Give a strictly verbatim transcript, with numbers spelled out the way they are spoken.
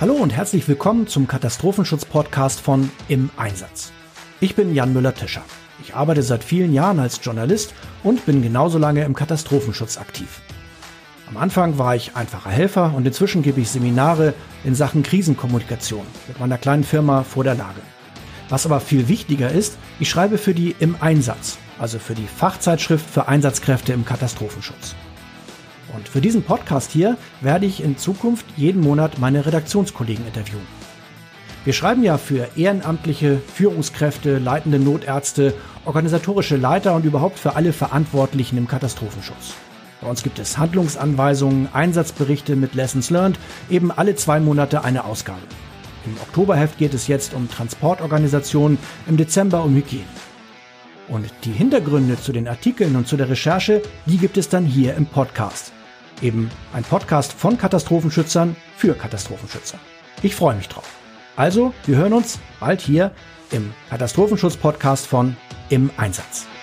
Hallo und herzlich willkommen zum Katastrophenschutz-Podcast von Im Einsatz. Ich bin Jan Müller-Tischer. Ich arbeite seit vielen Jahren als Journalist und bin genauso lange im Katastrophenschutz aktiv. Am Anfang war ich einfacher Helfer und inzwischen gebe ich Seminare in Sachen Krisenkommunikation mit meiner kleinen Firma Vor der Lage. Was aber viel wichtiger ist, ich schreibe für die Im Einsatz, also für die Fachzeitschrift für Einsatzkräfte im Katastrophenschutz. Und für diesen Podcast hier werde ich in Zukunft jeden Monat meine Redaktionskollegen interviewen. Wir schreiben ja für Ehrenamtliche, Führungskräfte, leitende Notärzte, organisatorische Leiter und überhaupt für alle Verantwortlichen im Katastrophenschutz. Bei uns gibt es Handlungsanweisungen, Einsatzberichte mit Lessons Learned, eben alle zwei Monate eine Ausgabe. Im Oktoberheft geht es jetzt um Transportorganisationen, im Dezember um Hygiene. Und die Hintergründe zu den Artikeln und zu der Recherche, die gibt es dann hier im Podcast. Eben ein Podcast von Katastrophenschützern für Katastrophenschützer. Ich freue mich drauf. Also, wir hören uns bald hier im Katastrophenschutz-Podcast von Im Einsatz.